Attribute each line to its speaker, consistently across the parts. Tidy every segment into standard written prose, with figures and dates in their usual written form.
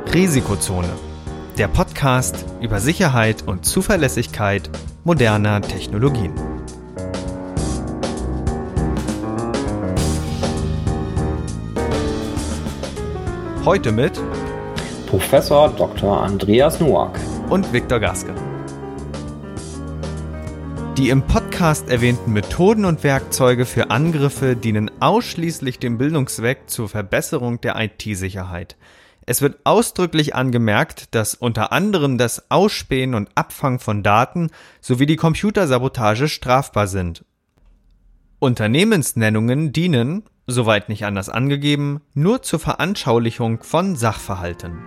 Speaker 1: Risikozone, der Podcast über Sicherheit und Zuverlässigkeit moderner Technologien. Heute mit
Speaker 2: Professor Dr. Andreas Noack
Speaker 1: und Viktor Gaske. Die im Podcast erwähnten Methoden und Werkzeuge für Angriffe dienen ausschließlich dem Bildungszweck zur Verbesserung der IT-Sicherheit. Es wird ausdrücklich angemerkt, dass unter anderem das Ausspähen und Abfangen von Daten sowie die Computersabotage strafbar sind. Unternehmensnennungen dienen, soweit nicht anders angegeben, nur zur Veranschaulichung von Sachverhalten.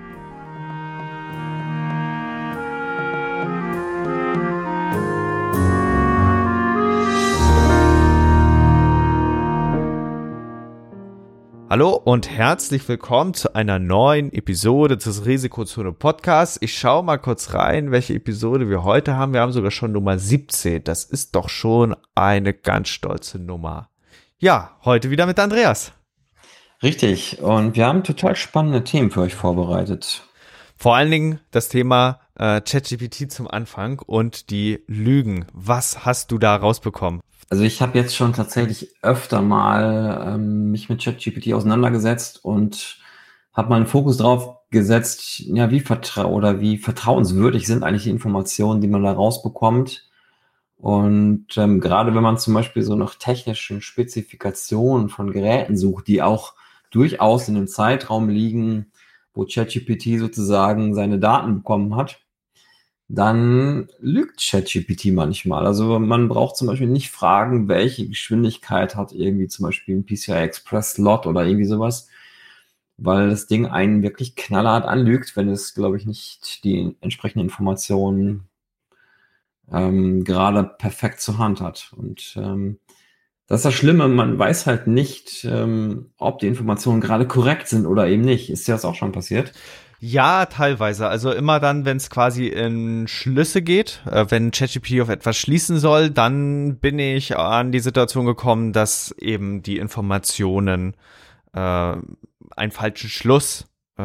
Speaker 1: Hallo und herzlich willkommen zu einer neuen Episode des Risikozone Podcasts. Ich schaue mal kurz rein, welche Episode wir heute haben. Wir haben sogar schon Nummer 17. Das ist doch schon eine ganz stolze Nummer. Ja, heute wieder mit Andreas.
Speaker 2: Richtig, und wir haben total spannende Themen für euch vorbereitet.
Speaker 1: Vor allen Dingen das Thema ChatGPT zum Anfang und die Lügen. Was hast du da rausbekommen?
Speaker 2: Also ich habe jetzt schon tatsächlich öfter mal mich mit ChatGPT auseinandergesetzt und habe mal einen Fokus drauf gesetzt, ja, wie vertrauenswürdig sind eigentlich die Informationen, die man da rausbekommt. Und gerade wenn man zum Beispiel so nach technischen Spezifikationen von Geräten sucht, die auch durchaus in dem Zeitraum liegen, wo ChatGPT sozusagen seine Daten bekommen hat, dann lügt ChatGPT manchmal. Also man braucht zum Beispiel nicht fragen, welche Geschwindigkeit hat irgendwie zum Beispiel ein PCI Express Slot oder irgendwie sowas, weil das Ding einen wirklich knallhart anlügt, wenn es, glaube ich, nicht die entsprechenden Informationen gerade perfekt zur Hand hat. Und das ist das Schlimme, man weiß halt nicht, ob die Informationen gerade korrekt sind oder eben nicht. Ist dir das auch schon passiert?
Speaker 1: Ja, teilweise. Also immer dann, wenn es quasi in Schlüsse geht, wenn ChatGPT auf etwas schließen soll, dann bin ich an die Situation gekommen, dass eben die Informationen einen falschen Schluss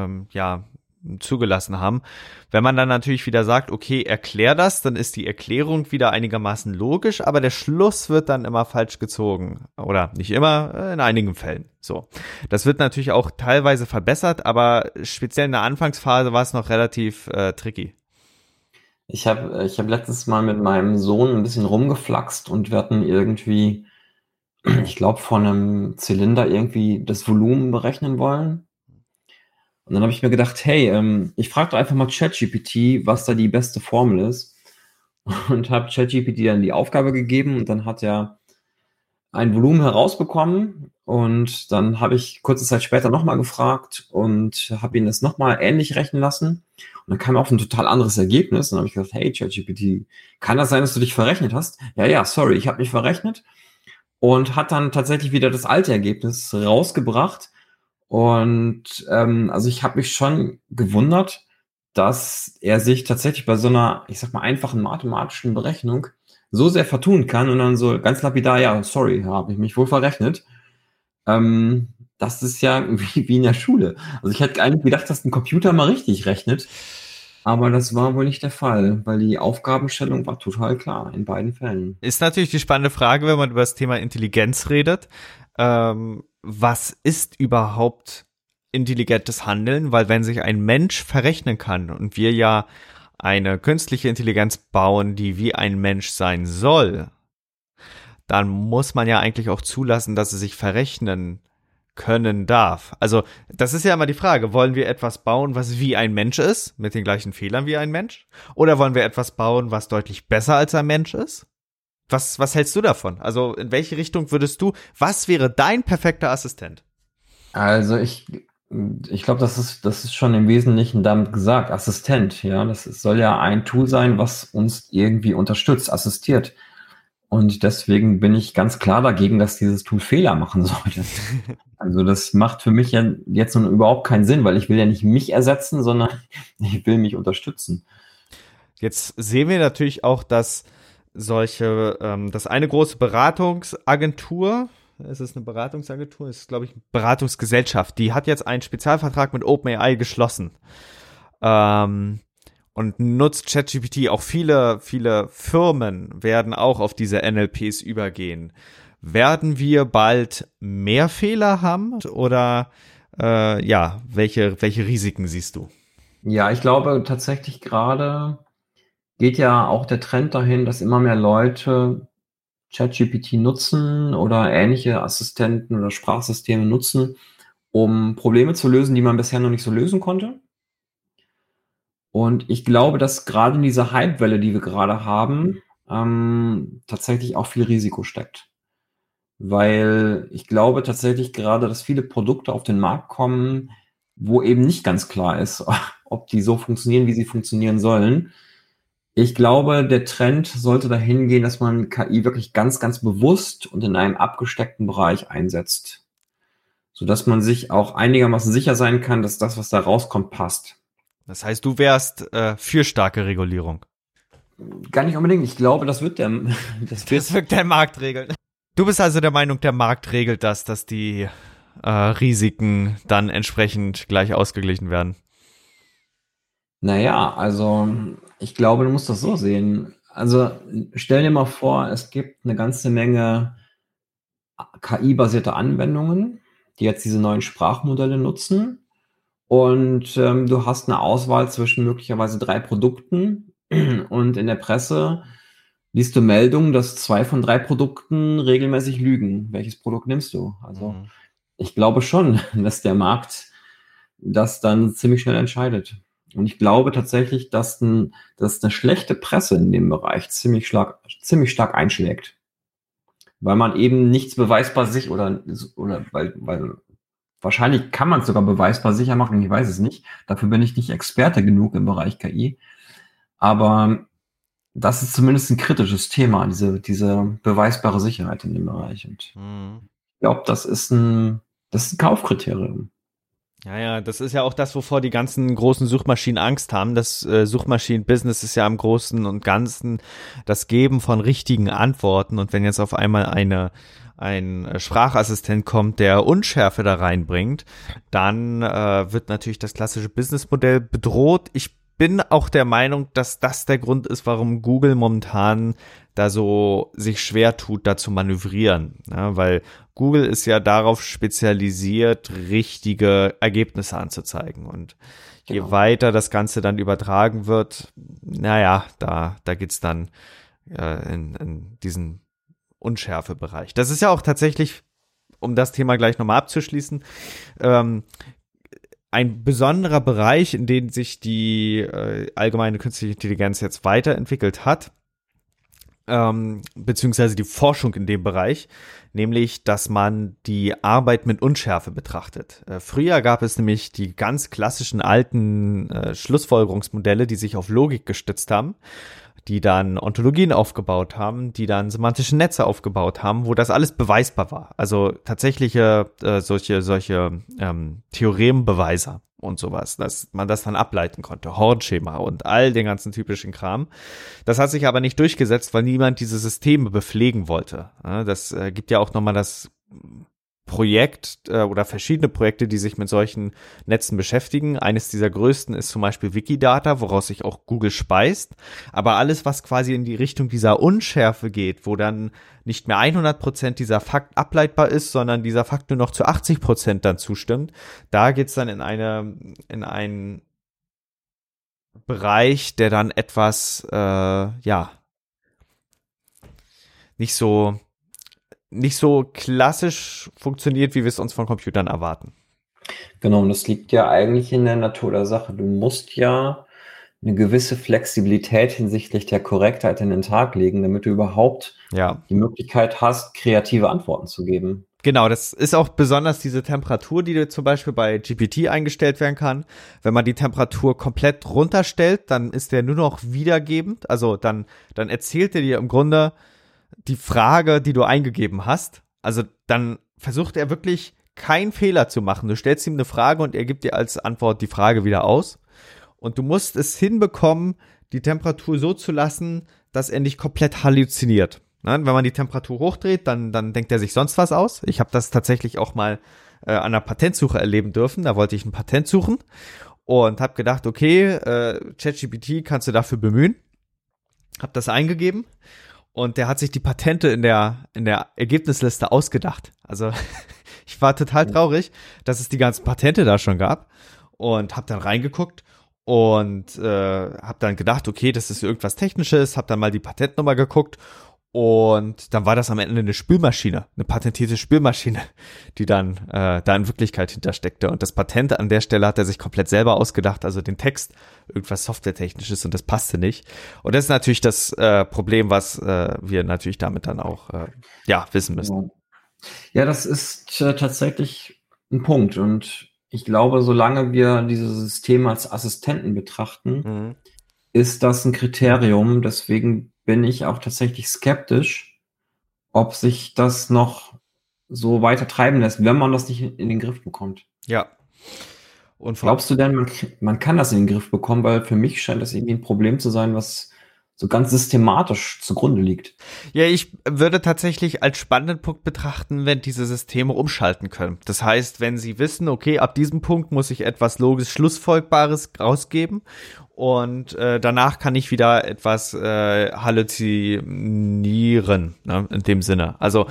Speaker 1: zugelassen haben. Wenn man dann natürlich wieder sagt, okay, erklär das, dann ist die Erklärung wieder einigermaßen logisch, aber der Schluss wird dann immer falsch gezogen. Oder nicht immer, in einigen Fällen. So. Das wird natürlich auch teilweise verbessert, aber speziell in der Anfangsphase war es noch relativ tricky.
Speaker 2: Ich hab letztens mal mit meinem Sohn ein bisschen rumgeflaxt und wir hatten irgendwie, ich glaube, von einem Zylinder irgendwie das Volumen berechnen wollen. Und dann habe ich mir gedacht, hey, ich frage doch einfach mal ChatGPT, was da die beste Formel ist. Und habe ChatGPT dann die Aufgabe gegeben und dann hat er ein Volumen herausbekommen. Und dann habe ich kurze Zeit später nochmal gefragt und habe ihn das nochmal ähnlich rechnen lassen. Und dann kam auf ein total anderes Ergebnis. Und dann habe ich gesagt, hey ChatGPT, kann das sein, dass du dich verrechnet hast? Ja, sorry, ich habe mich verrechnet. Und hat dann tatsächlich wieder das alte Ergebnis rausgebracht. Und also ich habe mich schon gewundert, dass er sich tatsächlich bei so einer, ich sag mal, einfachen mathematischen Berechnung so sehr vertun kann und dann so ganz lapidar, ja, sorry, habe ich mich wohl verrechnet. Das ist ja wie in der Schule. Also ich hätte eigentlich gedacht, dass ein Computer mal richtig rechnet, aber das war wohl nicht der Fall, weil die Aufgabenstellung war total klar in beiden Fällen.
Speaker 1: Ist natürlich die spannende Frage, wenn man über das Thema Intelligenz redet. Was ist überhaupt intelligentes Handeln? Weil wenn sich ein Mensch verrechnen kann und wir ja eine künstliche Intelligenz bauen, die wie ein Mensch sein soll, dann muss man ja eigentlich auch zulassen, dass sie sich verrechnen können darf. Also das ist ja immer die Frage, wollen wir etwas bauen, was wie ein Mensch ist, mit den gleichen Fehlern wie ein Mensch? Oder wollen wir etwas bauen, was deutlich besser als ein Mensch ist? Was hältst du davon? Also in welche Richtung was wäre dein perfekter Assistent?
Speaker 2: Also ich glaube, das ist schon im Wesentlichen damit gesagt, Assistent, ja. Soll ja ein Tool sein, was uns irgendwie unterstützt, assistiert. Und deswegen bin ich ganz klar dagegen, dass dieses Tool Fehler machen sollte. Also das macht für mich ja jetzt nun überhaupt keinen Sinn, weil ich will ja nicht mich ersetzen, sondern ich will mich unterstützen.
Speaker 1: Jetzt sehen wir natürlich auch, dass dass eine große Beratungsagentur, ist es eine Beratungsagentur? Es ist, glaube ich, eine Beratungsgesellschaft, die hat jetzt einen Spezialvertrag mit OpenAI geschlossen. und nutzt ChatGPT. Auch viele Firmen werden auch auf diese NLPs übergehen. Werden wir bald mehr Fehler haben oder welche Risiken siehst du?
Speaker 2: Ja, ich glaube tatsächlich gerade geht ja auch der Trend dahin, dass immer mehr Leute ChatGPT nutzen oder ähnliche Assistenten oder Sprachsysteme nutzen, um Probleme zu lösen, die man bisher noch nicht so lösen konnte. Und ich glaube, dass gerade in dieser Hypewelle, die wir gerade haben, tatsächlich auch viel Risiko steckt. Weil ich glaube tatsächlich gerade, dass viele Produkte auf den Markt kommen, wo eben nicht ganz klar ist, ob die so funktionieren, wie sie funktionieren sollen. Ich glaube, der Trend sollte dahin gehen, dass man KI wirklich ganz, ganz bewusst und in einem abgesteckten Bereich einsetzt, sodass man sich auch einigermaßen sicher sein kann, dass das, was da rauskommt, passt.
Speaker 1: Das heißt, du wärst für starke Regulierung.
Speaker 2: Gar nicht unbedingt. Ich glaube, das wird
Speaker 1: das wird der Markt regeln. Du bist also der Meinung, der Markt regelt das, dass die Risiken dann entsprechend gleich ausgeglichen werden?
Speaker 2: Naja, also ich glaube, du musst das so sehen. Also stell dir mal vor, es gibt eine ganze Menge KI-basierte Anwendungen, die jetzt diese neuen Sprachmodelle nutzen. Und du hast eine Auswahl zwischen möglicherweise 3 Produkten. Und in der Presse liest du Meldungen, dass 2 von 3 Produkten regelmäßig lügen. Welches Produkt nimmst du? Also ich glaube schon, dass der Markt das dann ziemlich schnell entscheidet. Und ich glaube tatsächlich, dass eine schlechte Presse in dem Bereich ziemlich stark einschlägt. Weil man eben nichts beweisbar weil wahrscheinlich kann man es sogar beweisbar sicher machen, ich weiß es nicht. Dafür bin ich nicht Experte genug im Bereich KI. Aber das ist zumindest ein kritisches Thema, diese beweisbare Sicherheit in dem Bereich. Und ich glaube, das ist ein Kaufkriterium.
Speaker 1: Ja, das ist ja auch das, wovor die ganzen großen Suchmaschinen Angst haben. Das Suchmaschinen-Business ist ja im Großen und Ganzen das Geben von richtigen Antworten. Und wenn jetzt auf einmal ein Sprachassistent kommt, der Unschärfe da reinbringt, dann wird natürlich das klassische Businessmodell bedroht. Ich bin auch der Meinung, dass das der Grund ist, warum Google momentan da so sich schwer tut, da zu manövrieren. Ja, weil Google ist ja darauf spezialisiert, richtige Ergebnisse anzuzeigen. Und je weiter das Ganze dann übertragen wird, da geht's dann in diesen Unschärfebereich. Das ist ja auch tatsächlich, um das Thema gleich nochmal abzuschließen, ein besonderer Bereich, in dem sich die allgemeine künstliche Intelligenz jetzt weiterentwickelt hat, beziehungsweise die Forschung in dem Bereich, nämlich, dass man die Arbeit mit Unschärfe betrachtet. Früher gab es nämlich die ganz klassischen alten Schlussfolgerungsmodelle, die sich auf Logik gestützt haben, die dann Ontologien aufgebaut haben, die dann semantische Netze aufgebaut haben, wo das alles beweisbar war. Also tatsächliche solche Theorembeweise und sowas, dass man das dann ableiten konnte, Hornschema und all den ganzen typischen Kram. Das hat sich aber nicht durchgesetzt, weil niemand diese Systeme bepflegen wollte. Das gibt ja auch nochmal das Projekt oder verschiedene Projekte, die sich mit solchen Netzen beschäftigen. Eines dieser größten ist zum Beispiel Wikidata, woraus sich auch Google speist. Aber alles, was quasi in die Richtung dieser Unschärfe geht, wo dann nicht mehr 100% dieser Fakt ableitbar ist, sondern dieser Fakt nur noch zu 80% dann zustimmt, da geht's dann in einen Bereich, der dann etwas, nicht so klassisch funktioniert, wie wir es uns von Computern erwarten.
Speaker 2: Genau, und das liegt ja eigentlich in der Natur der Sache. Du musst ja eine gewisse Flexibilität hinsichtlich der Korrektheit in den Tag legen, damit du überhaupt die Möglichkeit hast, kreative Antworten zu geben.
Speaker 1: Genau, das ist auch besonders diese Temperatur, die zum Beispiel bei GPT eingestellt werden kann. Wenn man die Temperatur komplett runterstellt, dann ist der nur noch wiedergebend. Also dann erzählt er dir im Grunde die Frage, die du eingegeben hast. Also dann versucht er wirklich keinen Fehler zu machen. Du stellst ihm eine Frage und er gibt dir als Antwort die Frage wieder aus. Und du musst es hinbekommen, die Temperatur so zu lassen, dass er nicht komplett halluziniert. Wenn man die Temperatur hochdreht, dann denkt er sich sonst was aus. Ich habe das tatsächlich auch mal an einer Patentsuche erleben dürfen. Da wollte ich ein Patent suchen. und habe gedacht, okay, ChatGPT kannst du dafür bemühen. Hab das eingegeben und der hat sich die Patente in der Ergebnisliste ausgedacht. Also ich war total traurig, dass es die ganzen Patente da schon gab und hab dann reingeguckt und hab dann gedacht, okay, das ist irgendwas Technisches, hab dann mal die Patentnummer geguckt und dann war das am Ende eine Spülmaschine, eine patentierte Spülmaschine, die dann da in Wirklichkeit hintersteckte. Und das Patent an der Stelle hat er sich komplett selber ausgedacht, also den Text, irgendwas Softwaretechnisches, und das passte nicht. Und das ist natürlich das Problem, was wir natürlich damit dann auch wissen müssen.
Speaker 2: Ja, das ist tatsächlich ein Punkt. Und ich glaube, solange wir dieses System als Assistenten betrachten, ist das ein Kriterium. Deswegen bin ich auch tatsächlich skeptisch, ob sich das noch so weiter treiben lässt, wenn man das nicht in den Griff bekommt.
Speaker 1: Ja. Und
Speaker 2: Glaubst du denn, man kann das in den Griff bekommen? Weil für mich scheint das irgendwie ein Problem zu sein, was so ganz systematisch zugrunde liegt.
Speaker 1: Ja, ich würde tatsächlich als spannenden Punkt betrachten, wenn diese Systeme umschalten können. Das heißt, wenn sie wissen, okay, ab diesem Punkt muss ich etwas logisch Schlussfolgbares rausgeben und danach kann ich wieder etwas halluzinieren, ne, in dem Sinne. Also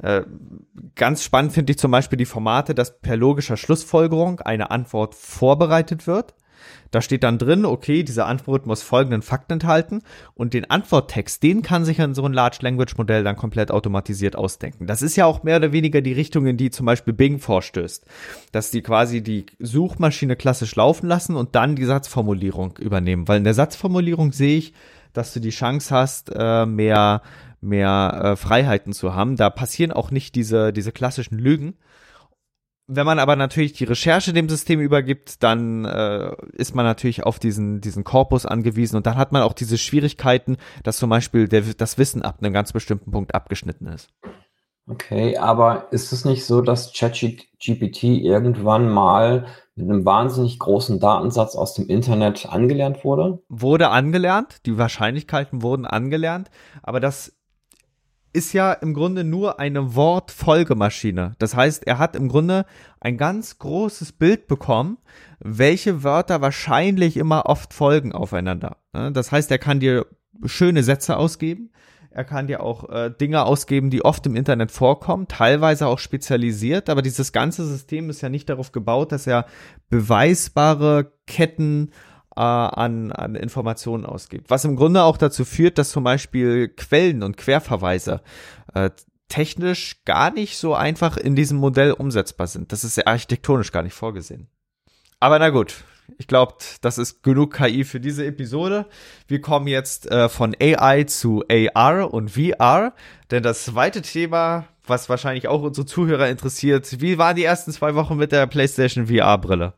Speaker 1: ganz spannend finde ich zum Beispiel die Formate, dass per logischer Schlussfolgerung eine Antwort vorbereitet wird. Da steht dann drin, okay, diese Antwort muss folgenden Fakten enthalten und den Antworttext, den kann sich so ein Large Language Modell dann komplett automatisiert ausdenken. Das ist ja auch mehr oder weniger die Richtung, in die zum Beispiel Bing vorstößt, dass die quasi die Suchmaschine klassisch laufen lassen und dann die Satzformulierung übernehmen, weil in der Satzformulierung sehe ich, dass du die Chance hast, mehr Freiheiten zu haben. Da passieren auch nicht diese klassischen Lügen. Wenn man aber natürlich die Recherche dem System übergibt, dann ist man natürlich auf diesen Korpus angewiesen und dann hat man auch diese Schwierigkeiten, dass zum Beispiel das Wissen ab einem ganz bestimmten Punkt abgeschnitten ist.
Speaker 2: Okay, aber ist es nicht so, dass ChatGPT irgendwann mal mit einem wahnsinnig großen Datensatz aus dem Internet angelernt wurde?
Speaker 1: Wurde angelernt, die Wahrscheinlichkeiten wurden angelernt, aber das ist ja im Grunde nur eine Wortfolgemaschine. Das heißt, er hat im Grunde ein ganz großes Bild bekommen, welche Wörter wahrscheinlich immer oft folgen aufeinander. Das heißt, er kann dir schöne Sätze ausgeben. Er kann dir auch Dinge ausgeben, die oft im Internet vorkommen, teilweise auch spezialisiert. Aber dieses ganze System ist ja nicht darauf gebaut, dass er beweisbare Ketten an Informationen ausgibt. Was im Grunde auch dazu führt, dass zum Beispiel Quellen und Querverweise technisch gar nicht so einfach in diesem Modell umsetzbar sind. Das ist architektonisch gar nicht vorgesehen. Aber na gut, ich glaube, das ist genug KI für diese Episode. Wir kommen jetzt von AI zu AR und VR, denn das zweite Thema, was wahrscheinlich auch unsere Zuhörer interessiert, wie waren die ersten 2 Wochen mit der PlayStation VR-Brille?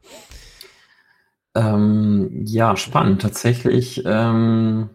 Speaker 2: Ja, spannend. Tatsächlich habe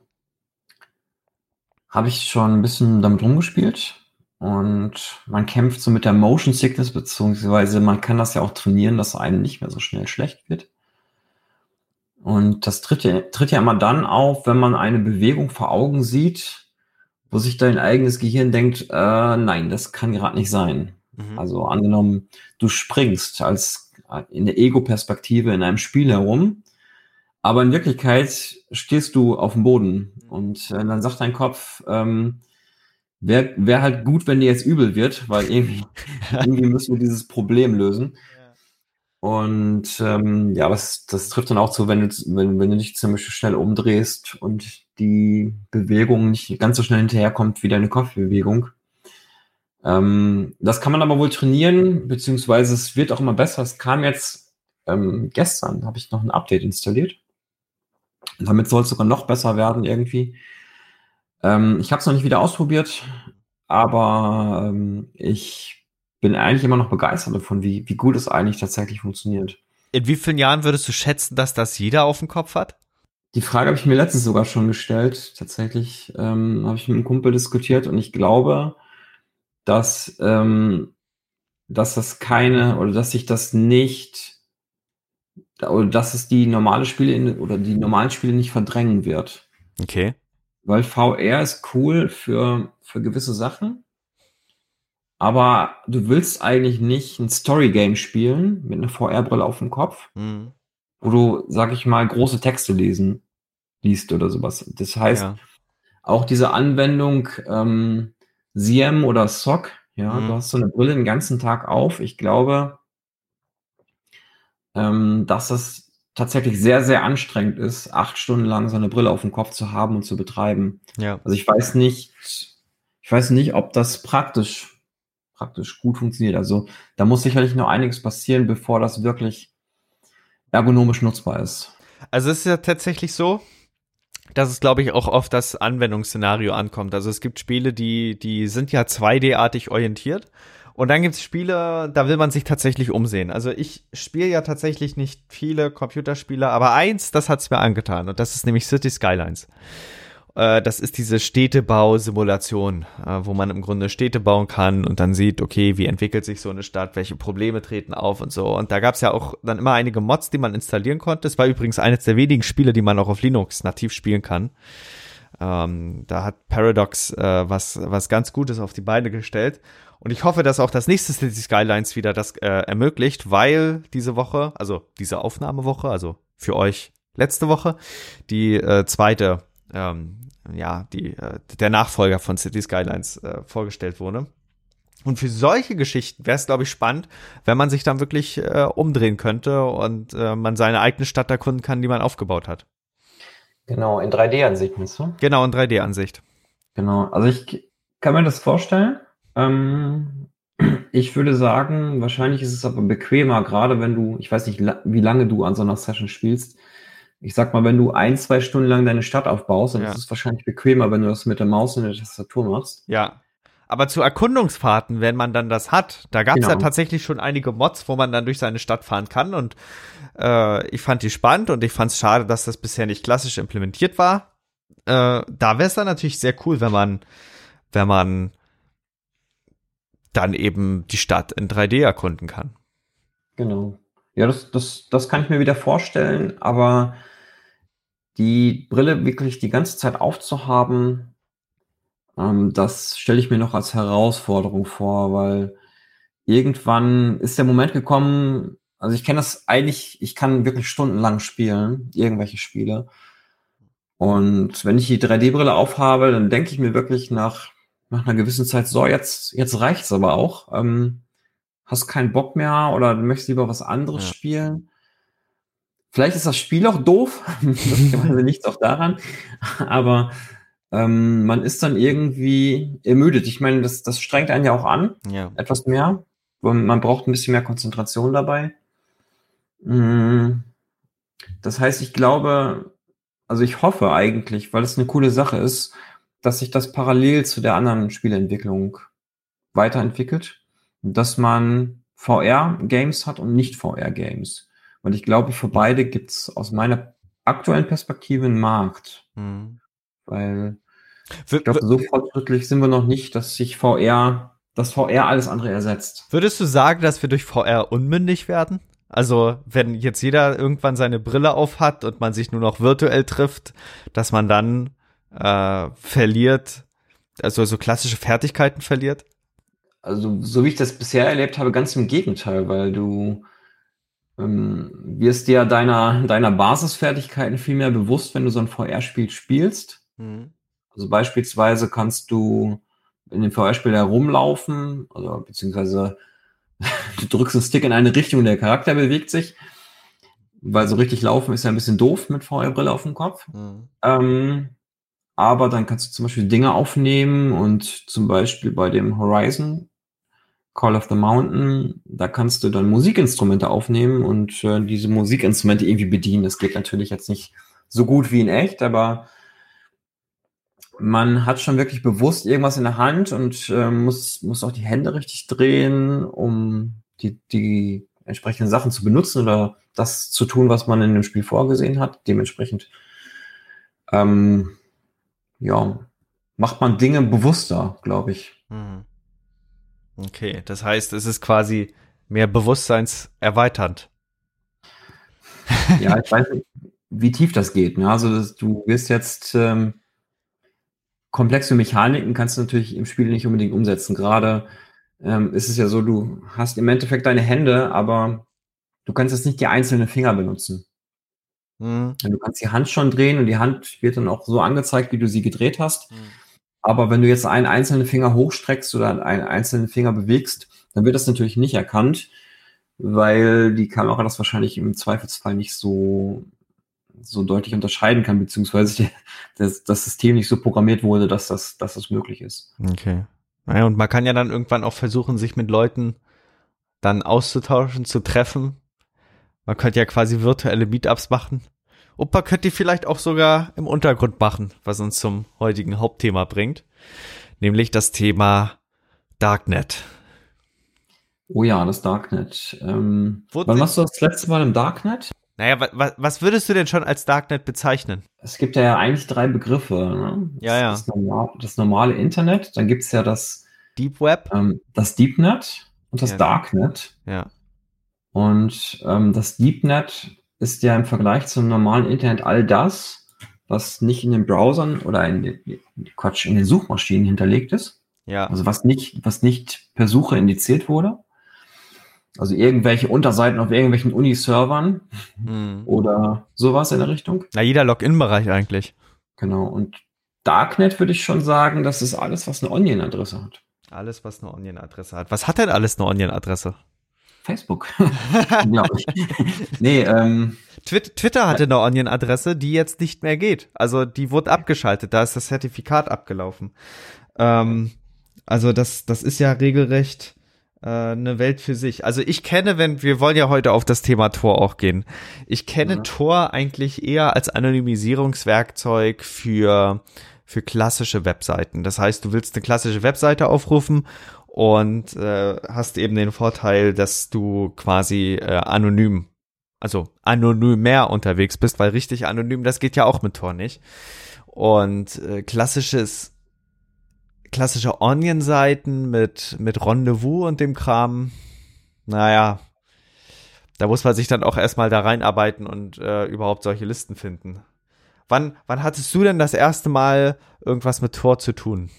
Speaker 2: ich schon ein bisschen damit rumgespielt und man kämpft so mit der Motion Sickness, beziehungsweise man kann das ja auch trainieren, dass einem nicht mehr so schnell schlecht wird. Und das tritt ja immer dann auf, wenn man eine Bewegung vor Augen sieht, wo sich dein eigenes Gehirn denkt, nein, das kann gerade nicht sein. Also angenommen, du springst in der Ego-Perspektive in einem Spiel herum, aber in Wirklichkeit stehst du auf dem Boden und dann sagt dein Kopf, wär halt gut, wenn dir jetzt übel wird, weil irgendwie müssen wir dieses Problem lösen. Und ja, das trifft dann auch zu, wenn du dich zum Beispiel schnell umdrehst und die Bewegung nicht ganz so schnell hinterherkommt wie deine Kopfbewegung. Das kann man aber wohl trainieren, beziehungsweise es wird auch immer besser. Es kam jetzt gestern, habe ich noch ein Update installiert. Und damit soll es sogar noch besser werden irgendwie. Ich habe es noch nicht wieder ausprobiert, aber ich bin eigentlich immer noch begeistert davon, wie gut es eigentlich tatsächlich funktioniert.
Speaker 1: In wie vielen Jahren würdest du schätzen, dass das jeder auf dem Kopf hat?
Speaker 2: Die Frage habe ich mir letztens sogar schon gestellt. Tatsächlich habe ich mit einem Kumpel diskutiert und ich glaube, dass das keine oder dass sich das nicht oder dass es die normalen Spiele nicht verdrängen wird.
Speaker 1: Okay.
Speaker 2: Weil VR ist cool für gewisse Sachen, aber du willst eigentlich nicht ein Story-Game spielen mit einer VR-Brille auf dem Kopf, wo du, sag ich mal, große Texte liest oder sowas. Das heißt,
Speaker 1: Ja.
Speaker 2: auch diese Anwendung SIEM oder SOC, ja, du
Speaker 1: Mhm.
Speaker 2: hast so eine Brille den ganzen Tag auf. Ich glaube, dass es tatsächlich sehr, sehr anstrengend ist, 8 Stunden lang so eine Brille auf dem Kopf zu haben und zu betreiben.
Speaker 1: Ja.
Speaker 2: Also ich weiß nicht, ob das praktisch gut funktioniert. Also da muss sicherlich noch einiges passieren, bevor das wirklich ergonomisch nutzbar ist.
Speaker 1: Also es ist ja tatsächlich so, dass es, glaube ich, auch auf das Anwendungsszenario ankommt. Also es gibt Spiele, die sind ja 2D-artig orientiert. Und dann gibt es Spiele, da will man sich tatsächlich umsehen. Also ich spiele ja tatsächlich nicht viele Computerspiele, aber eins, das hat's mir angetan. Und das ist nämlich City Skylines. Das ist diese Städtebau-Simulation, wo man im Grunde Städte bauen kann und dann sieht, okay, wie entwickelt sich so eine Stadt, welche Probleme treten auf und so. Und da gab es ja auch dann immer einige Mods, die man installieren konnte. Es war übrigens eines der wenigen Spiele, die man auch auf Linux nativ spielen kann. Da hat Paradox was ganz Gutes auf die Beine gestellt. Und ich hoffe, dass auch das nächste City Skylines wieder das ermöglicht, weil diese Woche, also diese Aufnahmewoche, also für euch letzte Woche, die zweite der Nachfolger von City Skylines vorgestellt wurde. Und für solche Geschichten wäre es, glaube ich, spannend, wenn man sich dann wirklich umdrehen könnte und man seine eigene Stadt erkunden kann, die man aufgebaut hat.
Speaker 2: Genau, in 3D-Ansicht, meinst du?
Speaker 1: Genau, in 3D-Ansicht.
Speaker 2: Genau, also ich kann mir das vorstellen. Ähm, Ich würde sagen, wahrscheinlich ist es aber bequemer, gerade wenn du, ich weiß nicht, wie lange du an so einer Session spielst. Ich sag mal, wenn du 1, 2 Stunden lang deine Stadt aufbaust, dann ist
Speaker 1: Ja.
Speaker 2: es wahrscheinlich bequemer, wenn du das mit der Maus und der Tastatur machst.
Speaker 1: Ja. Aber zu Erkundungsfahrten, wenn man dann das hat, da gab es ja
Speaker 2: Genau.
Speaker 1: tatsächlich schon einige Mods, wo man dann durch seine Stadt fahren kann. Und ich fand die spannend und ich fand es schade, dass das bisher nicht klassisch implementiert war. Da wäre es dann natürlich sehr cool, wenn man dann eben die Stadt in 3D erkunden kann.
Speaker 2: Genau. Ja, das kann ich mir wieder vorstellen, aber die Brille wirklich die ganze Zeit aufzuhaben, das stelle ich mir noch als Herausforderung vor, weil irgendwann ist der Moment gekommen, also ich kenne das eigentlich, ich kann wirklich stundenlang spielen, irgendwelche Spiele. Und wenn ich die 3D-Brille aufhabe, dann denke ich mir wirklich nach einer gewissen Zeit, so, jetzt reicht's aber auch. Hast keinen Bock mehr oder du möchtest lieber was anderes
Speaker 1: Ja.
Speaker 2: spielen. Vielleicht ist das Spiel auch doof, möglicherweise liegt es auch daran, aber man ist dann irgendwie ermüdet. Ich meine, das strengt einen ja auch an,
Speaker 1: Ja.
Speaker 2: etwas mehr. Man braucht ein bisschen mehr Konzentration dabei. Mm, Das heißt, ich glaube, also ich hoffe eigentlich, weil es eine coole Sache ist, dass sich das parallel zu der anderen Spieleentwicklung weiterentwickelt, dass man VR-Games hat und Nicht-VR-Games. Und ich glaube, für beide gibt's aus meiner aktuellen Perspektive einen Markt,
Speaker 1: Mhm.
Speaker 2: weil ich
Speaker 1: W
Speaker 2: glaube, so fortschrittlich sind wir noch nicht, dass VR alles andere ersetzt.
Speaker 1: Würdest du sagen, dass wir durch VR unmündig werden? Also, wenn jetzt jeder irgendwann seine Brille auf hat und man sich nur noch virtuell trifft, dass man dann verliert, also so klassische Fertigkeiten verliert?
Speaker 2: Also, so wie ich das bisher erlebt habe, ganz im Gegenteil, weil du wirst dir deiner Basisfertigkeiten viel mehr bewusst, wenn du so ein VR-Spiel spielst.
Speaker 1: Mhm.
Speaker 2: Also beispielsweise kannst du in dem VR-Spiel herumlaufen, also beziehungsweise du drückst einen Stick in eine Richtung, der Charakter bewegt sich, weil so richtig laufen ist ja ein bisschen doof mit VR-Brille auf dem Kopf.
Speaker 1: Mhm.
Speaker 2: Aber dann kannst du zum Beispiel Dinge aufnehmen und zum Beispiel bei dem Horizon Call of the Mountain, da kannst du dann Musikinstrumente aufnehmen und diese Musikinstrumente irgendwie bedienen. Das geht natürlich jetzt nicht so gut wie in echt, aber man hat schon wirklich bewusst irgendwas in der Hand und muss auch die Hände richtig drehen, um die entsprechenden Sachen zu benutzen oder das zu tun, was man in dem Spiel vorgesehen hat. Dementsprechend, ähm, ja, macht man Dinge bewusster, glaube ich.
Speaker 1: Mhm. Okay, das heißt, es ist quasi mehr bewusstseinserweiternd.
Speaker 2: Ja, ich weiß nicht, wie tief das geht. Ne? Also du wirst jetzt komplexe Mechaniken kannst du natürlich im Spiel nicht unbedingt umsetzen. Gerade ist es ja so, du hast im Endeffekt deine Hände, aber du kannst jetzt nicht die einzelnen Finger benutzen.
Speaker 1: Mhm.
Speaker 2: Du kannst die Hand schon drehen und die Hand wird dann auch so angezeigt, wie du sie gedreht hast.
Speaker 1: Mhm.
Speaker 2: Aber wenn du jetzt einen einzelnen Finger hochstreckst oder einen einzelnen Finger bewegst, dann wird das natürlich nicht erkannt, weil die Kamera das wahrscheinlich im Zweifelsfall nicht so deutlich unterscheiden kann, beziehungsweise das System nicht so programmiert wurde, dass das möglich ist.
Speaker 1: Okay. Naja, und man kann ja dann irgendwann auch versuchen, sich mit Leuten dann auszutauschen, zu treffen. Man könnte ja quasi virtuelle Meetups machen. Und man könnte die vielleicht auch sogar im Untergrund machen, was uns zum heutigen Hauptthema bringt. Nämlich das Thema Darknet.
Speaker 2: Oh ja, das Darknet. Wann
Speaker 1: Wo-
Speaker 2: warst du das letzte Mal im Darknet?
Speaker 1: Naja, was würdest du denn schon als Darknet bezeichnen?
Speaker 2: Es gibt ja eigentlich drei Begriffe. Ne?
Speaker 1: Ja, ja.
Speaker 2: Das normale Internet, dann gibt's ja
Speaker 1: Deep Web?
Speaker 2: das Deepnet und das
Speaker 1: Ja.
Speaker 2: Darknet.
Speaker 1: Ja.
Speaker 2: Und das Deepnet ist ja im Vergleich zum normalen Internet all das, was nicht in den Browsern oder in den Suchmaschinen hinterlegt ist.
Speaker 1: Ja.
Speaker 2: Also was nicht per Suche indiziert wurde. Also irgendwelche Unterseiten auf irgendwelchen Uni-Servern
Speaker 1: Hm.
Speaker 2: oder sowas in der Richtung.
Speaker 1: Na, jeder Login-Bereich eigentlich.
Speaker 2: Genau. Und Darknet würde ich schon sagen, das ist alles, was eine Onion-Adresse hat.
Speaker 1: Alles, was eine Onion-Adresse hat. Was hat denn alles eine Onion-Adresse?
Speaker 2: Facebook, glaube ich. Nee,
Speaker 1: Twitter hatte eine Onion-Adresse, die jetzt nicht mehr geht. Also die wurde abgeschaltet, da ist das Zertifikat abgelaufen. Also das ist ja regelrecht eine Welt für sich. Also ich kenne, wir wollen ja heute auf das Thema Tor auch gehen. Ich kenne Tor eigentlich eher als Anonymisierungswerkzeug für klassische Webseiten. Das heißt, du willst eine klassische Webseite aufrufen und hast eben den Vorteil, dass du quasi anonymär unterwegs bist, weil richtig anonym, das geht ja auch mit Tor nicht. Und klassische Onion-Seiten mit Rendezvous und dem Kram, naja, da muss man sich dann auch erstmal da reinarbeiten und überhaupt solche Listen finden. Wann hattest du denn das erste Mal irgendwas mit Tor zu tun?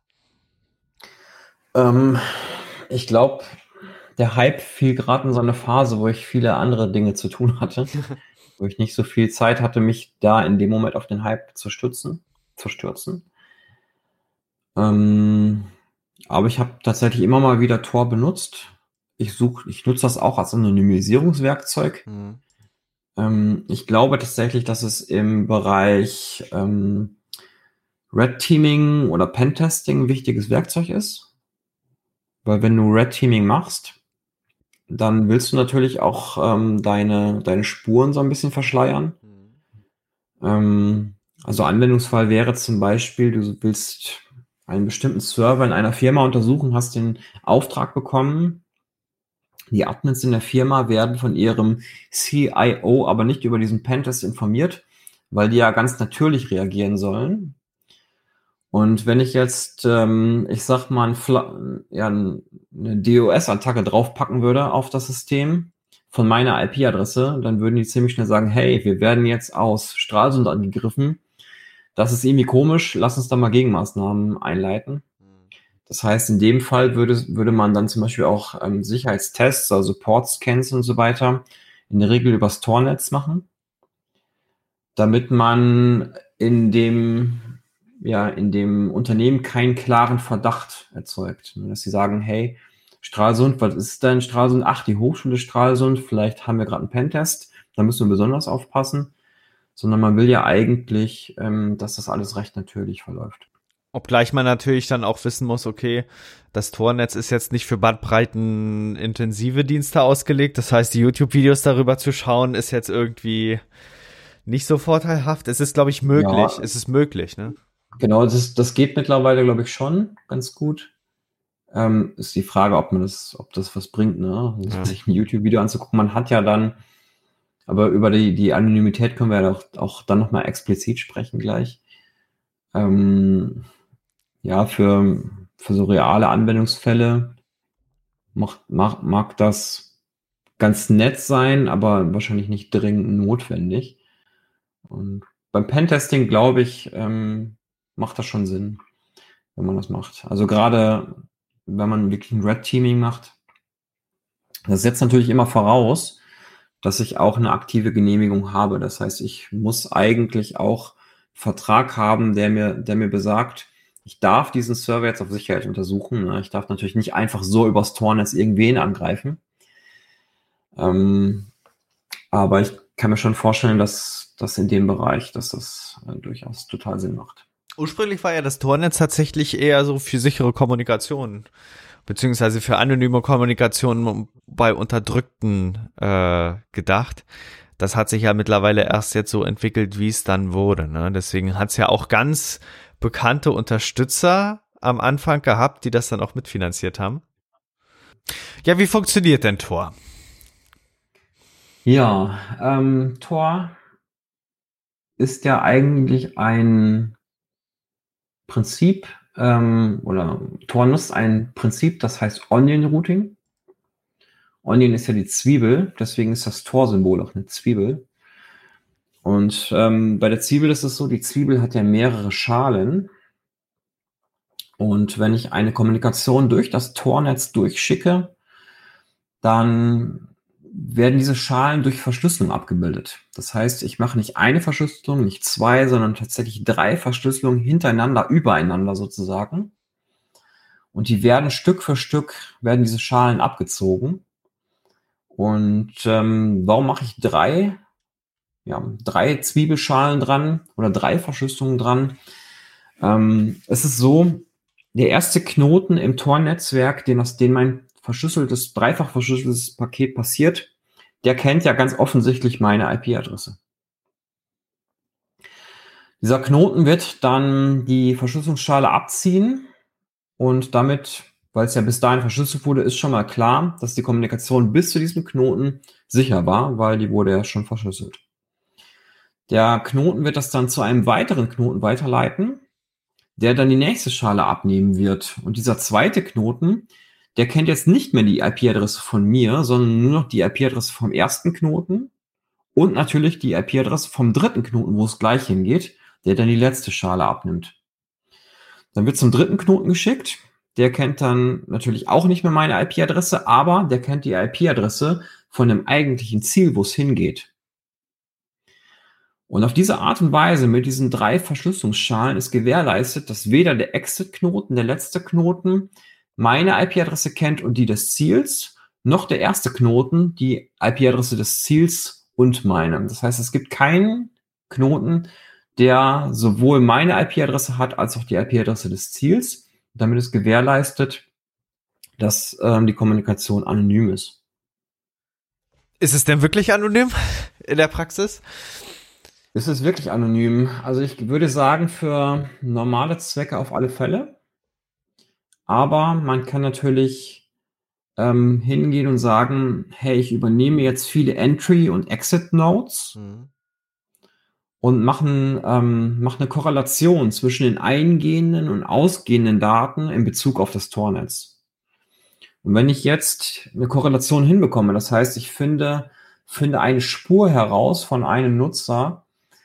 Speaker 2: ich glaube, der Hype fiel gerade in so eine Phase, wo ich viele andere Dinge zu tun hatte, wo ich nicht so viel Zeit hatte, mich da in dem Moment auf den Hype zu stürzen. Aber ich habe tatsächlich immer mal wieder Tor benutzt. Ich nutze das auch als Anonymisierungswerkzeug. Ich glaube tatsächlich, dass es im Bereich Red Teaming oder Pentesting ein wichtiges Werkzeug ist. Weil wenn du Red Teaming machst, dann willst du natürlich auch deine Spuren so ein bisschen verschleiern. Also Anwendungsfall wäre zum Beispiel, du willst einen bestimmten Server in einer Firma untersuchen, hast den Auftrag bekommen. Die Admins in der Firma werden von ihrem CIO aber nicht über diesen Pentest informiert, weil die ja ganz natürlich reagieren sollen. Und wenn ich jetzt, ich sag mal, eine DOS-Attacke draufpacken würde auf das System von meiner IP-Adresse, dann würden die ziemlich schnell sagen, hey, wir werden jetzt aus Stralsund angegriffen. Das ist irgendwie komisch, lass uns da mal Gegenmaßnahmen einleiten. Das heißt, in dem Fall würde man dann zum Beispiel auch Sicherheitstests, also Port-Scans und so weiter, in der Regel übers Tor-Netz machen, damit man in dem Unternehmen keinen klaren Verdacht erzeugt. Dass sie sagen, hey, Stralsund, was ist denn Stralsund? Ach, die Hochschule Stralsund, vielleicht haben wir gerade einen Pentest, da müssen wir besonders aufpassen. Sondern man will ja eigentlich, dass das alles recht natürlich verläuft.
Speaker 1: Obgleich man natürlich dann auch wissen muss, okay, das Tornetz ist jetzt nicht für bandbreitenintensive Dienste ausgelegt. Das heißt, die YouTube-Videos darüber zu schauen, ist jetzt irgendwie nicht so vorteilhaft. Es ist, glaube ich, möglich.
Speaker 2: Ja,
Speaker 1: Es ist möglich, ne?
Speaker 2: genau, das geht mittlerweile, glaube ich, schon ganz gut. Ist die Frage, ob das was bringt, ne?
Speaker 1: Ja.
Speaker 2: Sich ein YouTube-Video anzugucken. Man hat ja dann, aber über die Anonymität können wir ja auch dann nochmal explizit sprechen gleich. Ja, für so reale Anwendungsfälle mag das ganz nett sein, aber wahrscheinlich nicht dringend notwendig. Und beim Pentesting, glaube ich, macht das schon Sinn, wenn man das macht. Also gerade, wenn man wirklich ein Red Teaming macht, das setzt natürlich immer voraus, dass ich auch eine aktive Genehmigung habe. Das heißt, ich muss eigentlich auch einen Vertrag haben, der mir besagt, ich darf diesen Server jetzt auf Sicherheit untersuchen. Ne? Ich darf natürlich nicht einfach so übers Tornetz irgendwen angreifen. Aber ich kann mir schon vorstellen, dass das in dem Bereich, dass das durchaus total Sinn macht.
Speaker 1: Ursprünglich war ja das Tornetz tatsächlich eher so für sichere Kommunikation, beziehungsweise für anonyme Kommunikation bei Unterdrückten gedacht. Das hat sich ja mittlerweile erst jetzt so entwickelt, wie es dann wurde. Ne? Deswegen hat es ja auch ganz bekannte Unterstützer am Anfang gehabt, die das dann auch mitfinanziert haben. Ja, wie funktioniert denn Tor?
Speaker 2: Ja, Tor ist ja eigentlich ein Prinzip, oder Tor nutzt ein Prinzip, das heißt Onion Routing. Onion ist ja die Zwiebel, deswegen ist das Tor-Symbol auch eine Zwiebel. Und bei der Zwiebel ist es so, die Zwiebel hat ja mehrere Schalen. Und wenn ich eine Kommunikation durch das Tornetz durchschicke, dann werden diese Schalen durch Verschlüsselung abgebildet. Das heißt, ich mache nicht eine Verschlüsselung, nicht zwei, sondern tatsächlich 3 Verschlüsselungen hintereinander, übereinander sozusagen. Und die werden Stück für Stück, werden diese Schalen abgezogen. Und warum mache ich 3? Ja, 3 Zwiebelschalen dran oder 3 Verschlüsselungen dran. Es ist so, der erste Knoten im Tor-Netzwerk, aus dem mein verschlüsseltes, dreifach verschlüsseltes Paket passiert, der kennt ja ganz offensichtlich meine IP-Adresse. Dieser Knoten wird dann die Verschlüsselungsschale abziehen und damit, weil es ja bis dahin verschlüsselt wurde, ist schon mal klar, dass die Kommunikation bis zu diesem Knoten sicher war, weil die wurde ja schon verschlüsselt. Der Knoten wird das dann zu einem weiteren Knoten weiterleiten, der dann die nächste Schale abnehmen wird. Und dieser zweite Knoten, der kennt jetzt nicht mehr die IP-Adresse von mir, sondern nur noch die IP-Adresse vom ersten Knoten und natürlich die IP-Adresse vom dritten Knoten, wo es gleich hingeht, der dann die letzte Schale abnimmt. Dann wird zum dritten Knoten geschickt. Der kennt dann natürlich auch nicht mehr meine IP-Adresse, aber der kennt die IP-Adresse von dem eigentlichen Ziel, wo es hingeht. Und auf diese Art und Weise mit diesen 3 Verschlüsselungsschalen ist gewährleistet, dass weder der Exit-Knoten, der letzte Knoten, meine IP-Adresse kennt und die des Ziels, noch der erste Knoten die IP-Adresse des Ziels und meine. Das heißt, es gibt keinen Knoten, der sowohl meine IP-Adresse hat, als auch die IP-Adresse des Ziels. Damit ist gewährleistet, dass die Kommunikation anonym ist.
Speaker 1: Ist es denn wirklich anonym in der Praxis?
Speaker 2: Ist es wirklich anonym? Also ich würde sagen, für normale Zwecke auf alle Fälle. Aber man kann natürlich hingehen und sagen, hey, ich übernehme jetzt viele Entry- und Exit-Nodes und mache eine Korrelation zwischen den eingehenden und ausgehenden Daten in Bezug auf das Tornetz. Und wenn ich jetzt eine Korrelation hinbekomme, das heißt, ich finde eine Spur heraus von einem Nutzer,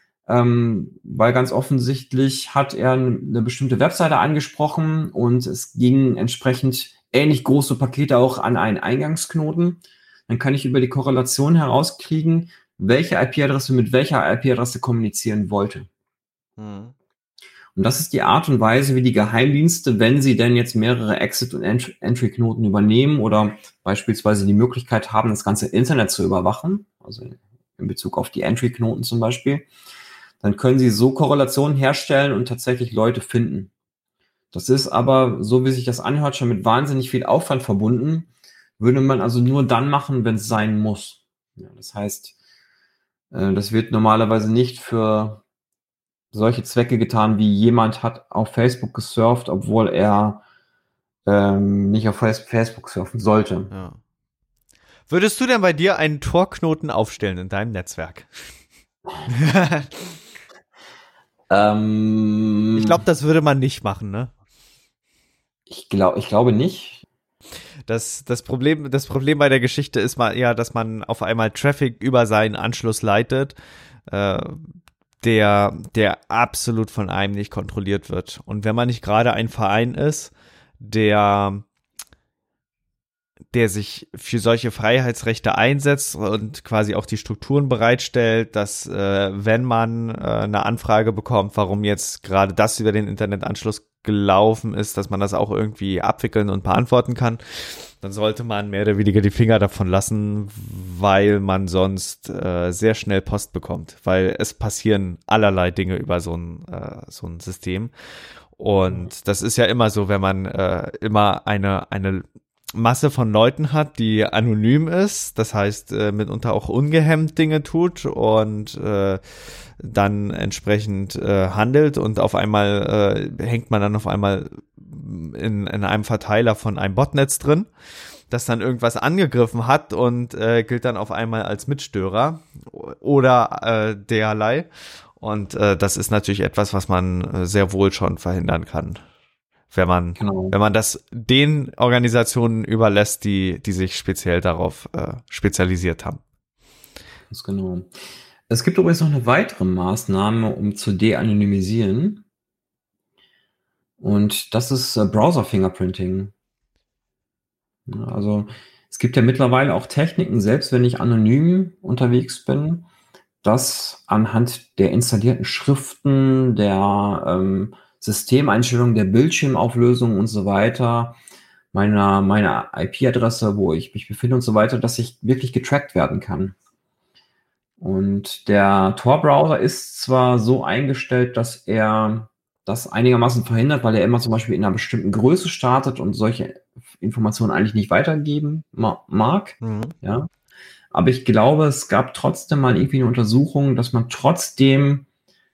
Speaker 2: weil ganz offensichtlich hat er eine bestimmte Webseite angesprochen und es gingen entsprechend ähnlich große Pakete auch an einen Eingangsknoten. Dann kann ich über die Korrelation herauskriegen, welche IP-Adresse mit welcher IP-Adresse kommunizieren wollte. Und das ist die Art und Weise, wie die Geheimdienste, wenn sie denn jetzt mehrere Exit- und Entry-Knoten übernehmen oder beispielsweise die Möglichkeit haben, das ganze Internet zu überwachen, also in Bezug auf die Entry-Knoten zum Beispiel, dann können sie so Korrelationen herstellen und tatsächlich Leute finden. Das ist aber, so wie sich das anhört, schon mit wahnsinnig viel Aufwand verbunden. Würde man also nur dann machen, wenn es sein muss. Ja, das heißt, das wird normalerweise nicht für solche Zwecke getan, wie jemand hat auf Facebook gesurft, obwohl er nicht auf Facebook surfen sollte.
Speaker 1: Ja. Würdest du denn bei dir einen Torknoten aufstellen in deinem Netzwerk? Ich glaube, das würde man nicht machen, ne?
Speaker 2: Ich glaube nicht.
Speaker 1: Das Problem bei der Geschichte ist mal eher, dass man auf einmal Traffic über seinen Anschluss leitet, der absolut von einem nicht kontrolliert wird. Und wenn man nicht gerade ein Verein ist, der der sich für solche Freiheitsrechte einsetzt und quasi auch die Strukturen bereitstellt, dass wenn man eine Anfrage bekommt, warum jetzt gerade das über den Internetanschluss gelaufen ist, dass man das auch irgendwie abwickeln und beantworten kann, dann sollte man mehr oder weniger die Finger davon lassen, weil man sonst sehr schnell Post bekommt, weil es passieren allerlei Dinge über so ein System. Und das ist ja immer so, wenn man immer eine Masse von Leuten hat, die anonym ist, das heißt mitunter auch ungehemmt Dinge tut und dann entsprechend handelt und auf einmal hängt man dann auf einmal in einem Verteiler von einem Botnetz drin, das dann irgendwas angegriffen hat und gilt dann auf einmal als Mitstörer oder derlei. Und das ist natürlich etwas, was man sehr wohl schon verhindern kann, wenn man das den Organisationen überlässt, die sich speziell darauf spezialisiert haben.
Speaker 2: Ganz genau. Es gibt übrigens noch eine weitere Maßnahme, um zu de-anonymisieren. Und das ist Browser-Fingerprinting. Ja, also es gibt ja mittlerweile auch Techniken, selbst wenn ich anonym unterwegs bin, dass anhand der installierten Schriften, der Systemeinstellung, der Bildschirmauflösung und so weiter, meiner IP-Adresse, wo ich mich befinde und so weiter, dass ich wirklich getrackt werden kann. Und der Tor-Browser ist zwar so eingestellt, dass er das einigermaßen verhindert, weil er immer zum Beispiel in einer bestimmten Größe startet und solche Informationen eigentlich nicht weitergeben mag. Ja. Aber ich glaube, es gab trotzdem mal irgendwie eine Untersuchung, dass man trotzdem